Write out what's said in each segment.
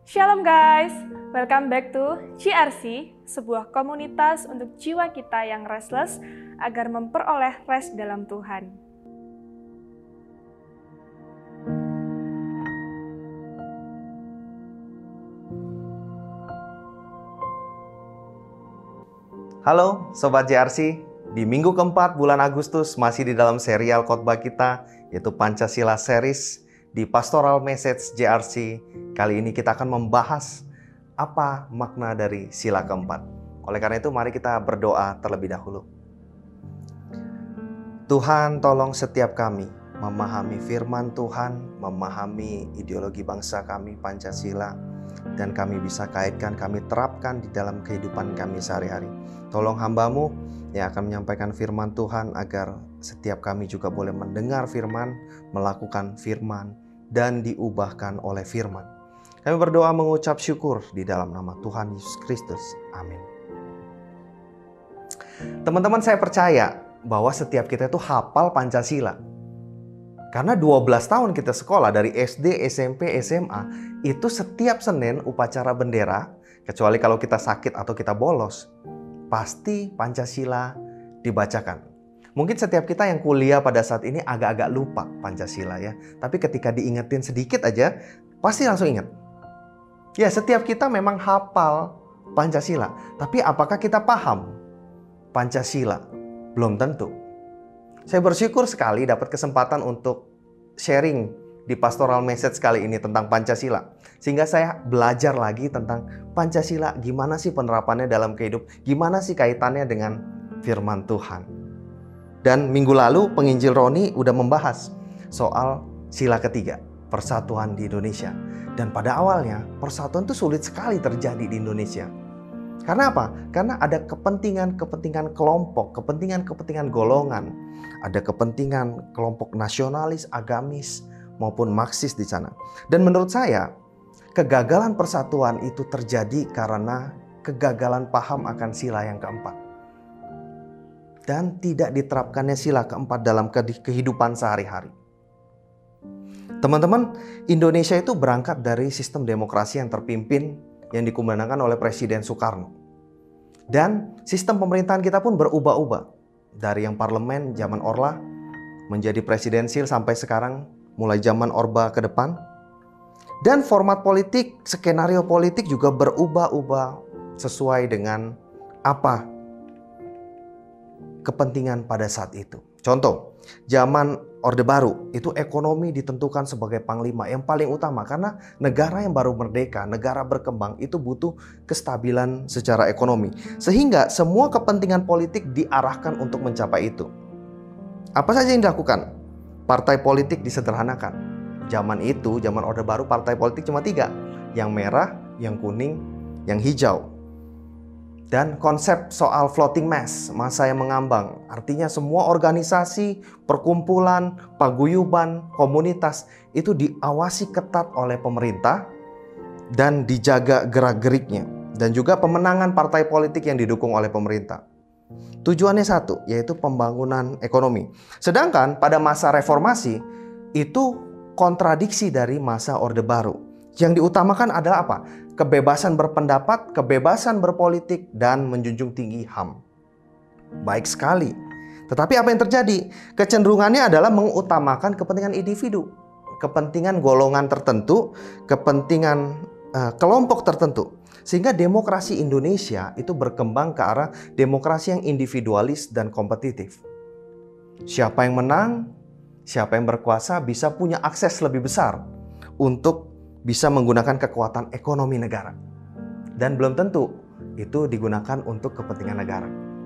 Shalom guys, welcome back to GRC, sebuah komunitas untuk jiwa kita yang restless agar memperoleh rest dalam Tuhan. Halo Sobat JRC, di minggu keempat bulan Agustus masih di dalam serial khotbah kita yaitu Pancasila Series di Pastoral Message JRC. Kali ini kita akan membahas apa makna dari sila keempat. Oleh karena itu mari kita berdoa terlebih dahulu. Tuhan, tolong setiap kami memahami firman Tuhan, memahami ideologi bangsa kami Pancasila, dan kami bisa kaitkan, kami terapkan di dalam kehidupan kami sehari-hari. Tolong hamba-Mu yang akan menyampaikan firman Tuhan agar setiap kami juga boleh mendengar firman, melakukan firman, dan diubahkan oleh firman. Kami berdoa mengucap syukur di dalam nama Tuhan Yesus Kristus. Amin. Teman-teman, saya percaya bahwa setiap kita itu hafal Pancasila. Karena 12 tahun kita sekolah dari SD, SMP, SMA, itu setiap Senin upacara bendera, kecuali kalau kita sakit atau kita bolos, pasti Pancasila dibacakan. Mungkin setiap kita yang kuliah pada saat ini agak-agak lupa Pancasila ya. Tapi ketika diingetin sedikit aja, pasti langsung ingat. Ya, setiap kita memang hafal Pancasila. Tapi apakah kita paham Pancasila? Belum tentu. Saya bersyukur sekali dapat kesempatan untuk sharing di Pastoral Message kali ini tentang Pancasila. Sehingga saya belajar lagi tentang Pancasila, gimana sih penerapannya dalam kehidupan, gimana sih kaitannya dengan firman Tuhan. Dan minggu lalu penginjil Roni udah membahas soal sila ketiga, persatuan di Indonesia. Dan pada awalnya persatuan itu sulit sekali terjadi di Indonesia. Karena apa? Karena ada kepentingan kelompok, kepentingan golongan. Ada kepentingan kelompok nasionalis, agamis, maupun Marxis di sana. Dan menurut saya, kegagalan persatuan itu terjadi karena kegagalan paham akan sila yang keempat. Dan tidak diterapkannya sila keempat dalam kehidupan sehari-hari. Teman-teman, Indonesia itu berangkat dari sistem demokrasi yang terpimpin yang dikumandangkan oleh Presiden Soekarno. Dan sistem pemerintahan kita pun berubah-ubah. Dari yang parlemen zaman Orla menjadi presidensil sampai sekarang mulai zaman Orba ke depan. Dan format politik, skenario politik juga berubah-ubah sesuai dengan apa kepentingan pada saat itu. Contoh, zaman Orde Baru itu ekonomi ditentukan sebagai panglima yang paling utama karena negara yang baru merdeka, negara berkembang itu butuh kestabilan secara ekonomi. Sehingga semua kepentingan politik diarahkan untuk mencapai itu. Apa saja yang dilakukan? Partai politik disederhanakan. Zaman itu, zaman Orde Baru, partai politik cuma 3. Yang merah, yang kuning, yang hijau. Dan konsep soal floating mass, massa yang mengambang. Artinya semua organisasi, perkumpulan, paguyuban, komunitas itu diawasi ketat oleh pemerintah dan dijaga gerak-geriknya. Dan juga pemenangan partai politik yang didukung oleh pemerintah. Tujuannya satu, yaitu pembangunan ekonomi. Sedangkan pada masa reformasi itu kontradiksi dari masa Orde Baru. Yang diutamakan adalah apa? Kebebasan berpendapat, kebebasan berpolitik, dan menjunjung tinggi HAM. Baik sekali. Tetapi apa yang terjadi? Kecenderungannya adalah mengutamakan kepentingan individu, kepentingan golongan tertentu, kepentingan kelompok tertentu. Sehingga demokrasi Indonesia itu berkembang ke arah demokrasi yang individualis dan kompetitif. Siapa yang menang, siapa yang berkuasa bisa punya akses lebih besar untuk bisa menggunakan kekuatan ekonomi negara. Dan belum tentu itu digunakan untuk kepentingan negara.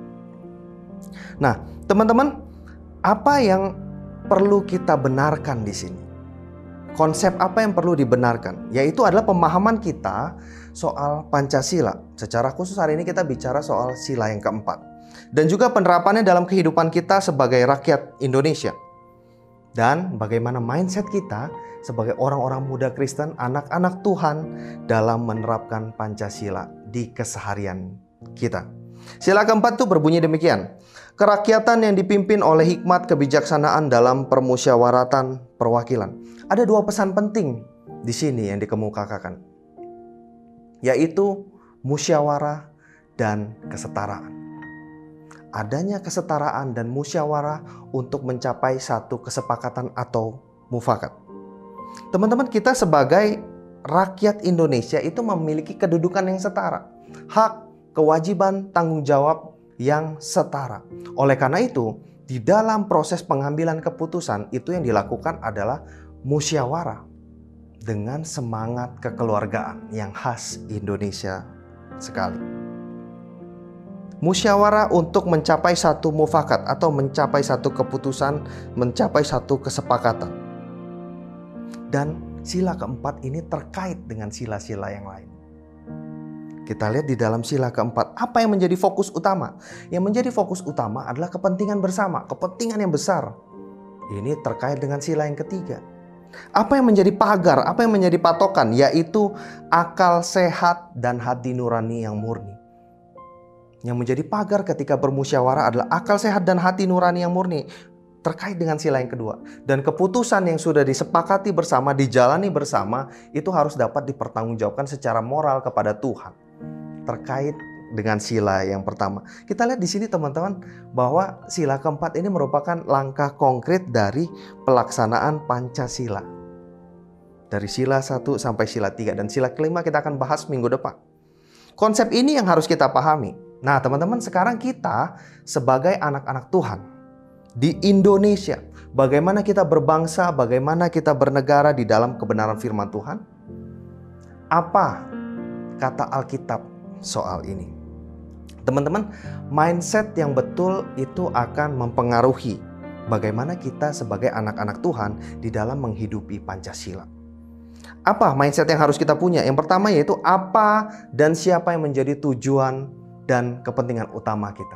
Nah, teman-teman, apa yang perlu kita benarkan di sini? Konsep apa yang perlu dibenarkan? Yaitu adalah pemahaman kita soal Pancasila. Secara khusus hari ini kita bicara soal sila yang keempat. Dan juga penerapannya dalam kehidupan kita sebagai rakyat Indonesia. Dan bagaimana mindset kita sebagai orang-orang muda Kristen, anak-anak Tuhan dalam menerapkan Pancasila di keseharian kita. Sila keempat itu berbunyi demikian. Kerakyatan yang dipimpin oleh hikmat kebijaksanaan dalam permusyawaratan perwakilan. Ada 2 pesan penting di sini yang dikemukakan. yaitu musyawarah dan kesetaraan. Adanya kesetaraan dan musyawarah untuk mencapai satu kesepakatan atau mufakat. Teman-teman, kita sebagai rakyat Indonesia itu memiliki kedudukan yang setara, hak, kewajiban, tanggung jawab yang setara. Oleh karena itu, di dalam proses pengambilan keputusan itu yang dilakukan adalah musyawarah dengan semangat kekeluargaan yang khas Indonesia sekali. Musyawarah untuk mencapai satu mufakat atau mencapai satu keputusan, mencapai satu kesepakatan. Dan sila keempat ini terkait dengan sila-sila yang lain. Kita lihat di dalam sila keempat, apa yang menjadi fokus utama? Yang menjadi fokus utama adalah kepentingan bersama, kepentingan yang besar. Ini terkait dengan sila yang ketiga. Apa yang menjadi pagar, apa yang menjadi patokan? Yaitu akal sehat dan hati nurani yang murni. Yang menjadi pagar ketika bermusyawarah adalah akal sehat dan hati nurani yang murni. Terkait dengan sila yang kedua. Dan keputusan yang sudah disepakati bersama, dijalani bersama, itu harus dapat dipertanggungjawabkan secara moral kepada Tuhan. Terkait dengan sila yang pertama. Kita lihat di sini teman-teman bahwa sila keempat ini merupakan langkah konkret dari pelaksanaan Pancasila. Dari sila 1 sampai sila 3. Dan sila kelima kita akan bahas minggu depan. Konsep ini yang harus kita pahami. Nah teman-teman, sekarang kita sebagai anak-anak Tuhan di Indonesia, bagaimana kita berbangsa, bagaimana kita bernegara di dalam kebenaran firman Tuhan? Apa kata Alkitab soal ini? Teman-teman, mindset yang betul itu akan mempengaruhi bagaimana kita sebagai anak-anak Tuhan di dalam menghidupi Pancasila. Apa mindset yang harus kita punya? Yang pertama yaitu apa dan siapa yang menjadi tujuan dan kepentingan utama kita.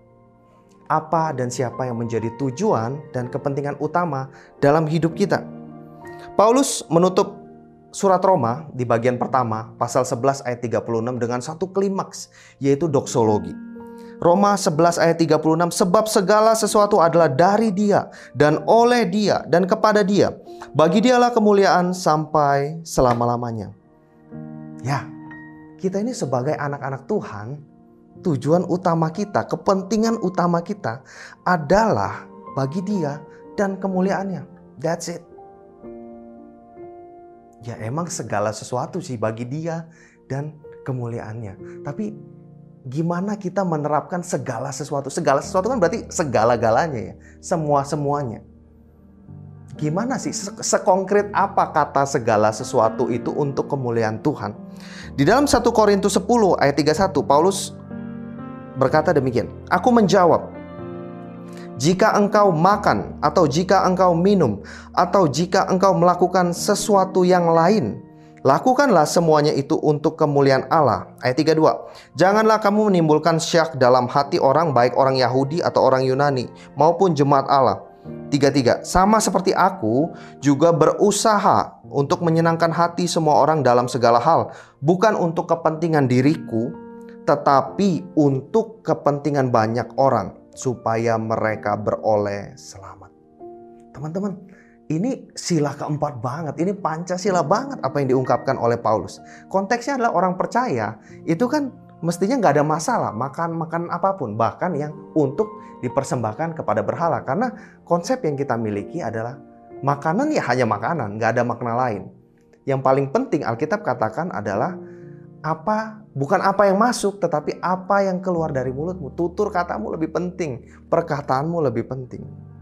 Apa dan siapa yang menjadi tujuan dan kepentingan utama dalam hidup kita. Paulus menutup surat Roma di bagian pertama pasal 11 ayat 36 dengan satu klimaks, yaitu doksologi. Roma 11 ayat 36, sebab segala sesuatu adalah dari Dia dan oleh Dia dan kepada Dia. Bagi Dialah kemuliaan sampai selama-lamanya. Ya, kita ini sebagai anak-anak Tuhan, tujuan utama kita, kepentingan utama kita adalah bagi Dia dan kemuliaannya. That's it. Ya emang segala sesuatu sih bagi Dia dan kemuliaannya. Tapi gimana kita menerapkan segala sesuatu? Segala sesuatu kan berarti segala-galanya ya. Semua-semuanya. Gimana sih? Sekonkret apa kata segala sesuatu itu untuk kemuliaan Tuhan? Di dalam 1 Korintus 10 ayat 31 Paulus berkata demikian, aku menjawab, jika engkau makan atau jika engkau minum atau jika engkau melakukan sesuatu yang lain, lakukanlah semuanya itu untuk kemuliaan Allah. Ayat 32, janganlah kamu menimbulkan syak dalam hati orang, baik orang Yahudi atau orang Yunani maupun jemaat Allah. 33, sama seperti aku juga berusaha untuk menyenangkan hati semua orang dalam segala hal, bukan untuk kepentingan diriku, tetapi untuk kepentingan banyak orang, supaya mereka beroleh selamat. Teman-teman, ini sila keempat banget, ini Pancasila banget apa yang diungkapkan oleh Paulus. Konteksnya adalah orang percaya, itu kan mestinya nggak ada masalah makan apapun, bahkan yang untuk dipersembahkan kepada berhala. Karena konsep yang kita miliki adalah makanan ya hanya makanan, nggak ada makna lain. Yang paling penting Alkitab katakan adalah bukan apa yang masuk, tetapi apa yang keluar dari mulutmu. Tutur katamu lebih penting, perkataanmu lebih penting.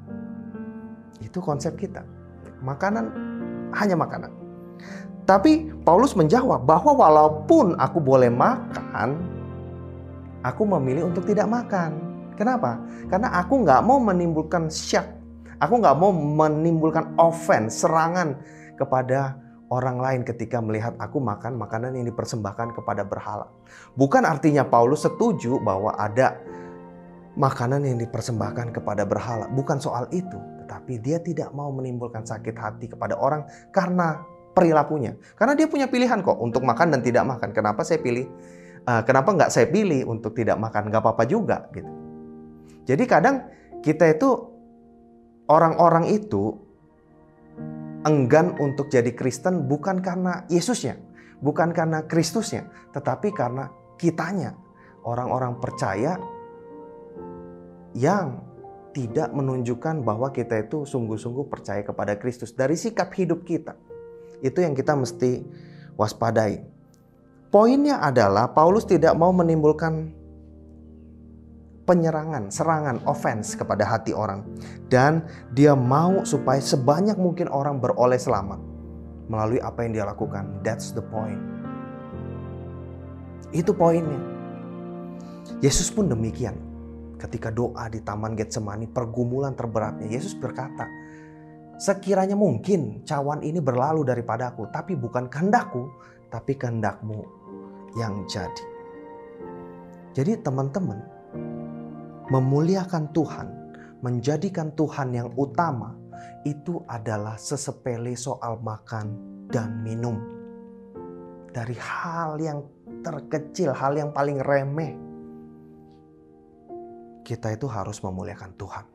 Itu konsep kita. Makanan hanya makanan. Tapi Paulus menjawab bahwa walaupun aku boleh makan, aku memilih untuk tidak makan. Kenapa? Karena aku nggak mau menimbulkan syak. Aku nggak mau menimbulkan offense, serangan kepada orang lain ketika melihat aku makan makanan yang dipersembahkan kepada berhala. Bukan artinya Paulus setuju bahwa ada makanan yang dipersembahkan kepada berhala. Bukan soal itu. Tetapi dia tidak mau menimbulkan sakit hati kepada orang karena perilakunya. Karena dia punya pilihan kok untuk makan dan tidak makan. Kenapa nggak saya pilih untuk tidak makan? Nggak apa-apa juga gitu. Jadi kadang kita itu, orang-orang itu enggan untuk jadi Kristen bukan karena Yesusnya, Bukan karena Kristusnya, tetapi karena kitanya. Orang-orang percaya yang tidak menunjukkan bahwa kita itu sungguh-sungguh percaya kepada Kristus. Dari sikap hidup kita. Itu yang kita mesti waspadai. Poinnya adalah Paulus tidak mau menimbulkan penyerangan, serangan, offense kepada hati orang. Dan dia mau supaya sebanyak mungkin orang beroleh selamat melalui apa yang dia lakukan. That's the point. Itu poinnya. Yesus pun demikian. Ketika doa di Taman Getsemani, pergumulan terberatnya, Yesus berkata, sekiranya mungkin cawan ini berlalu daripadaku, tapi bukan kehendakku, tapi kehendakmu yang jadi. Jadi teman-teman, memuliakan Tuhan, menjadikan Tuhan yang utama, itu adalah sesepele soal makan dan minum. Dari hal yang terkecil, hal yang paling remeh, kita itu harus memuliakan Tuhan.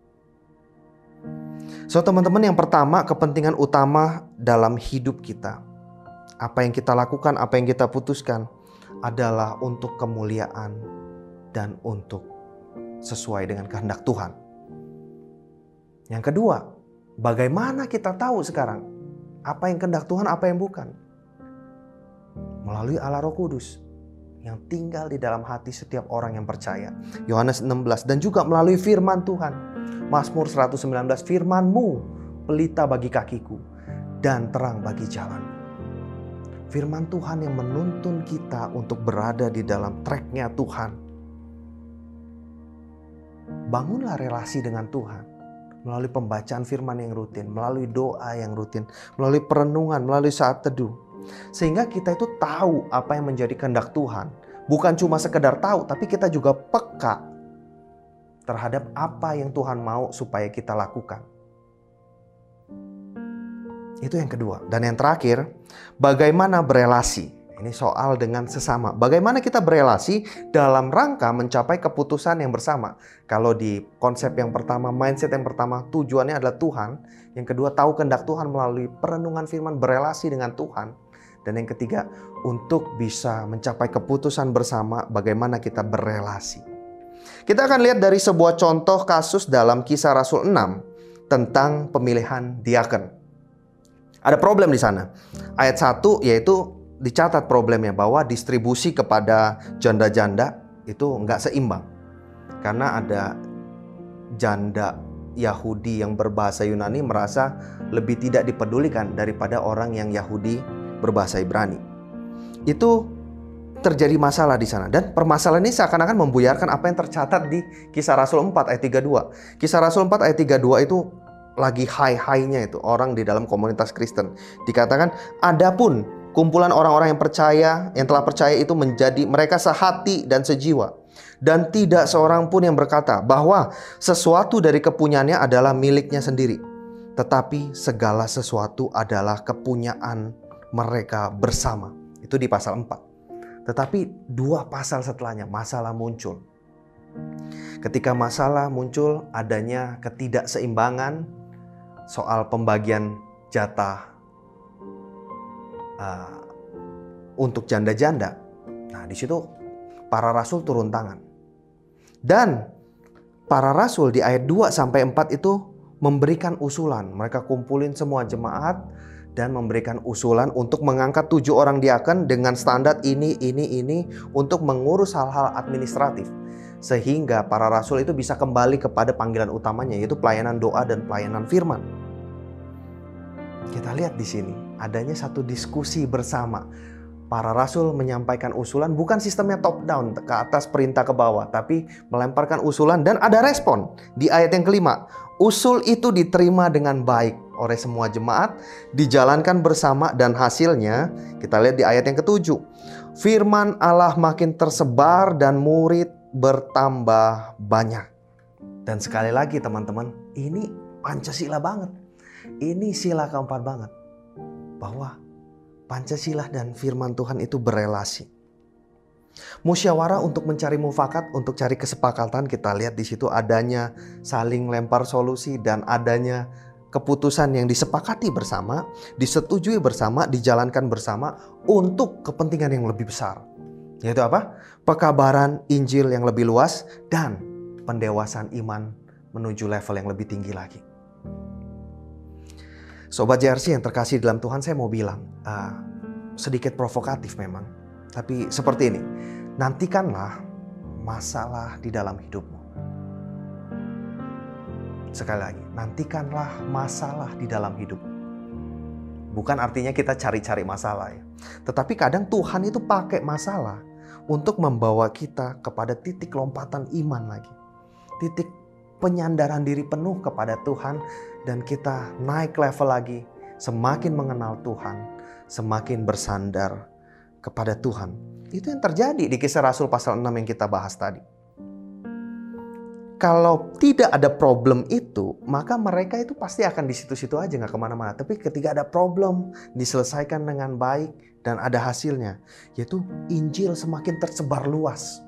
So teman-teman, yang pertama, kepentingan utama dalam hidup kita, apa yang kita lakukan, apa yang kita putuskan, adalah untuk kemuliaan dan untuk sesuai dengan kehendak Tuhan. Yang kedua, bagaimana kita tahu sekarang apa yang kehendak Tuhan, apa yang bukan? Melalui Allah Roh Kudus yang tinggal di dalam hati setiap orang yang percaya. Yohanes 16. Dan juga melalui firman Tuhan. Mazmur 119. Firman-Mu pelita bagi kakiku dan terang bagi jalan. Firman Tuhan yang menuntun kita untuk berada di dalam track-nya Tuhan. Bangunlah relasi dengan Tuhan melalui pembacaan firman yang rutin, melalui doa yang rutin, melalui perenungan, melalui saat teduh. Sehingga kita itu tahu apa yang menjadi kehendak Tuhan. Bukan cuma sekedar tahu, tapi kita juga peka terhadap apa yang Tuhan mau supaya kita lakukan. Itu yang kedua. Dan yang terakhir, bagaimana berelasi. Ini soal dengan sesama. Bagaimana kita berelasi dalam rangka mencapai keputusan yang bersama. Kalau di konsep yang pertama, mindset yang pertama, tujuannya adalah Tuhan. Yang kedua, tahu kehendak Tuhan melalui perenungan firman, berelasi dengan Tuhan. Dan yang ketiga, untuk bisa mencapai keputusan bersama, bagaimana kita berelasi. Kita akan lihat dari sebuah contoh kasus dalam Kisah Rasul 6 tentang pemilihan diaken. Ada problem di sana. Ayat 1 yaitu dicatat problemnya bahwa distribusi kepada janda-janda itu nggak seimbang. Karena ada janda Yahudi yang berbahasa Yunani merasa lebih tidak dipedulikan daripada orang yang Yahudi berbahasa Ibrani. Itu terjadi masalah di sana. Dan permasalahan ini seakan-akan membuyarkan apa yang tercatat di Kisah Rasul 4 ayat 32. Kisah Rasul 4 ayat 32 itu lagi high-high-nya itu orang di dalam komunitas Kristen. Dikatakan, adapun kumpulan orang-orang yang percaya, yang telah percaya itu menjadi mereka sehati dan sejiwa. Dan tidak seorang pun yang berkata bahwa sesuatu dari kepunyaannya adalah miliknya sendiri. Tetapi segala sesuatu adalah kepunyaan mereka bersama. Itu di pasal 4. Tetapi 2 pasal setelahnya masalah muncul. Ketika masalah muncul, adanya ketidakseimbangan soal pembagian jatah untuk janda-janda. Nah, di situ para rasul turun tangan. Dan para rasul di ayat 2 sampai 4 itu memberikan usulan. Mereka kumpulin semua jemaat dan memberikan usulan untuk mengangkat 7 orang diaken dengan standar ini untuk mengurus hal-hal administratif. Sehingga para rasul itu bisa kembali kepada panggilan utamanya, yaitu pelayanan doa dan pelayanan firman. Kita lihat di sini adanya satu diskusi bersama. Para rasul menyampaikan usulan, bukan sistemnya top down ke atas perintah ke bawah, tapi melemparkan usulan dan ada respon. Di ayat yang kelima, usul itu diterima dengan baik oleh semua jemaat, dijalankan bersama dan hasilnya kita lihat di ayat yang ketujuh. Firman Allah makin tersebar dan murid bertambah banyak. Dan sekali lagi teman-teman, ini Pancasila banget. Ini sila keempat banget. Bahwa Pancasila dan firman Tuhan itu berelasi. Musyawarah untuk mencari mufakat, untuk cari kesepakatan, kita lihat di situ adanya saling lempar solusi dan adanya keputusan yang disepakati bersama, disetujui bersama, dijalankan bersama untuk kepentingan yang lebih besar. Yaitu apa? Pekabaran Injil yang lebih luas dan pendewasaan iman menuju level yang lebih tinggi lagi. Sobat JRC yang terkasih dalam Tuhan, saya mau bilang, sedikit provokatif memang, tapi seperti ini. Nantikanlah masalah di dalam hidupmu. Sekali lagi, nantikanlah masalah di dalam hidupmu. Bukan artinya kita cari-cari masalah ya. Tetapi kadang Tuhan itu pakai masalah untuk membawa kita kepada titik lompatan iman lagi. Titik penyandaran diri penuh kepada Tuhan dan kita naik level lagi. Semakin mengenal Tuhan, semakin bersandar kepada Tuhan. Itu yang terjadi di Kisah Rasul pasal 6 yang kita bahas tadi. Kalau tidak ada problem itu, maka mereka itu pasti akan di situ-situ aja, gak kemana-mana. Tapi ketika ada problem, diselesaikan dengan baik dan ada hasilnya, yaitu Injil semakin tersebar luas.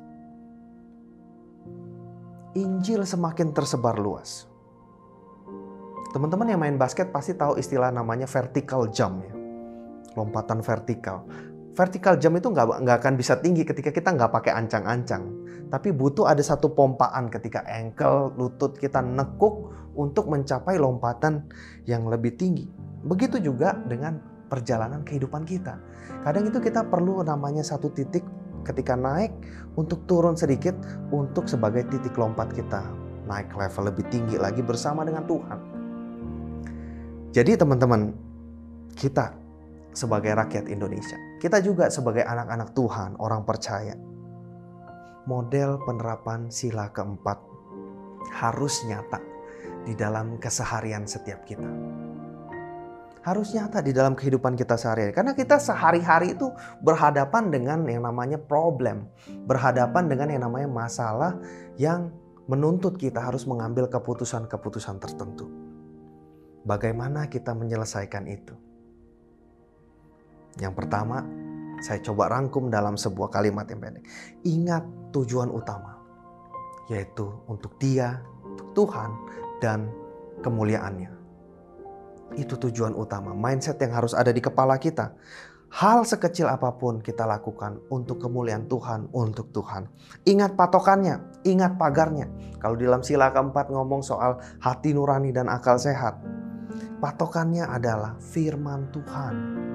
Injil semakin tersebar luas. Teman-teman yang main basket pasti tahu istilah namanya vertical jump ya. Lompatan vertikal. Vertical jump itu nggak akan bisa tinggi ketika kita nggak pakai ancang-ancang. Tapi butuh ada satu pompaan ketika ankle, lutut kita nekuk untuk mencapai lompatan yang lebih tinggi. Begitu juga dengan perjalanan kehidupan kita. Kadang itu kita perlu namanya satu titik ketika naik untuk turun sedikit untuk sebagai titik lompat kita. Naik level lebih tinggi lagi bersama dengan Tuhan. Jadi teman-teman, kita sebagai rakyat Indonesia, kita juga sebagai anak-anak Tuhan, orang percaya, model penerapan sila keempat harus nyata di dalam keseharian setiap kita. Harus nyata di dalam kehidupan kita sehari-hari. Karena kita sehari-hari itu berhadapan dengan yang namanya problem. Berhadapan dengan yang namanya masalah yang menuntut kita harus mengambil keputusan-keputusan tertentu. Bagaimana kita menyelesaikan itu? Yang pertama, saya coba rangkum dalam sebuah kalimat yang pendek. Ingat tujuan utama, yaitu untuk Dia, untuk Tuhan, dan kemuliaannya. Itu tujuan utama, mindset yang harus ada di kepala kita. Hal sekecil apapun kita lakukan untuk kemuliaan Tuhan, untuk Tuhan. Ingat patokannya, ingat pagarnya. Kalau di dalam sila keempat ngomong soal hati nurani dan akal sehat, patokannya adalah firman Tuhan.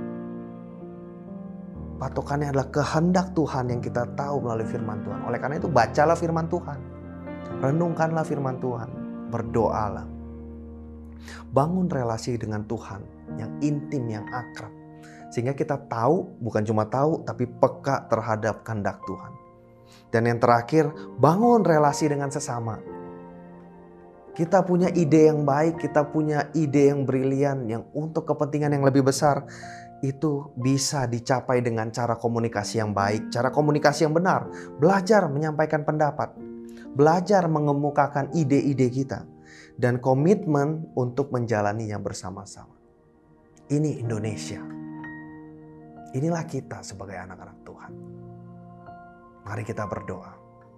Patokannya adalah kehendak Tuhan yang kita tahu melalui firman Tuhan. Oleh karena itu bacalah firman Tuhan. Renungkanlah firman Tuhan. Berdoalah. Bangun relasi dengan Tuhan yang intim, yang akrab. Sehingga kita tahu, bukan cuma tahu, tapi peka terhadap kehendak Tuhan. Dan yang terakhir, bangun relasi dengan sesama. Kita punya ide yang baik, kita punya ide yang brilian, yang untuk kepentingan yang lebih besar. Itu bisa dicapai dengan cara komunikasi yang baik, cara komunikasi yang benar. Belajar menyampaikan pendapat, belajar mengemukakan ide-ide kita, dan komitmen untuk menjalaninya bersama-sama. Ini Indonesia. Inilah kita sebagai anak-anak Tuhan. Mari kita berdoa.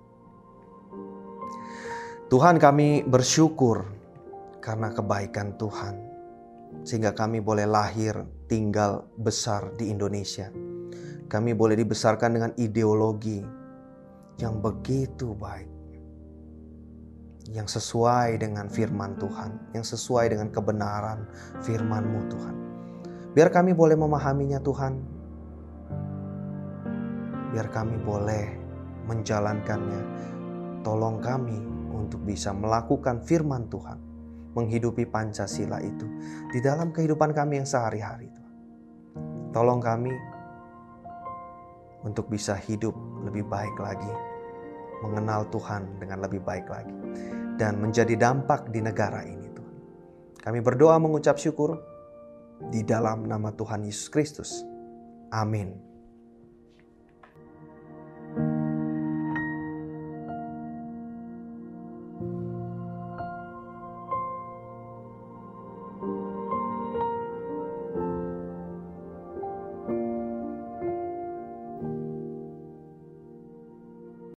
Tuhan, kami bersyukur karena kebaikan Tuhan. Sehingga kami boleh lahir, tinggal, besar di Indonesia. Kami boleh dibesarkan dengan ideologi yang begitu baik. Yang sesuai dengan firman Tuhan. Yang sesuai dengan kebenaran firman-Mu Tuhan. Biar kami boleh memahaminya Tuhan. Biar kami boleh menjalankannya. Tolong kami untuk bisa melakukan firman Tuhan. Menghidupi Pancasila itu di dalam kehidupan kami yang sehari-hari. Tolong kami untuk bisa hidup lebih baik lagi, mengenal Tuhan dengan lebih baik lagi, dan menjadi dampak di negara ini Tuhan. Kami berdoa mengucap syukur di dalam nama Tuhan Yesus Kristus. Amin.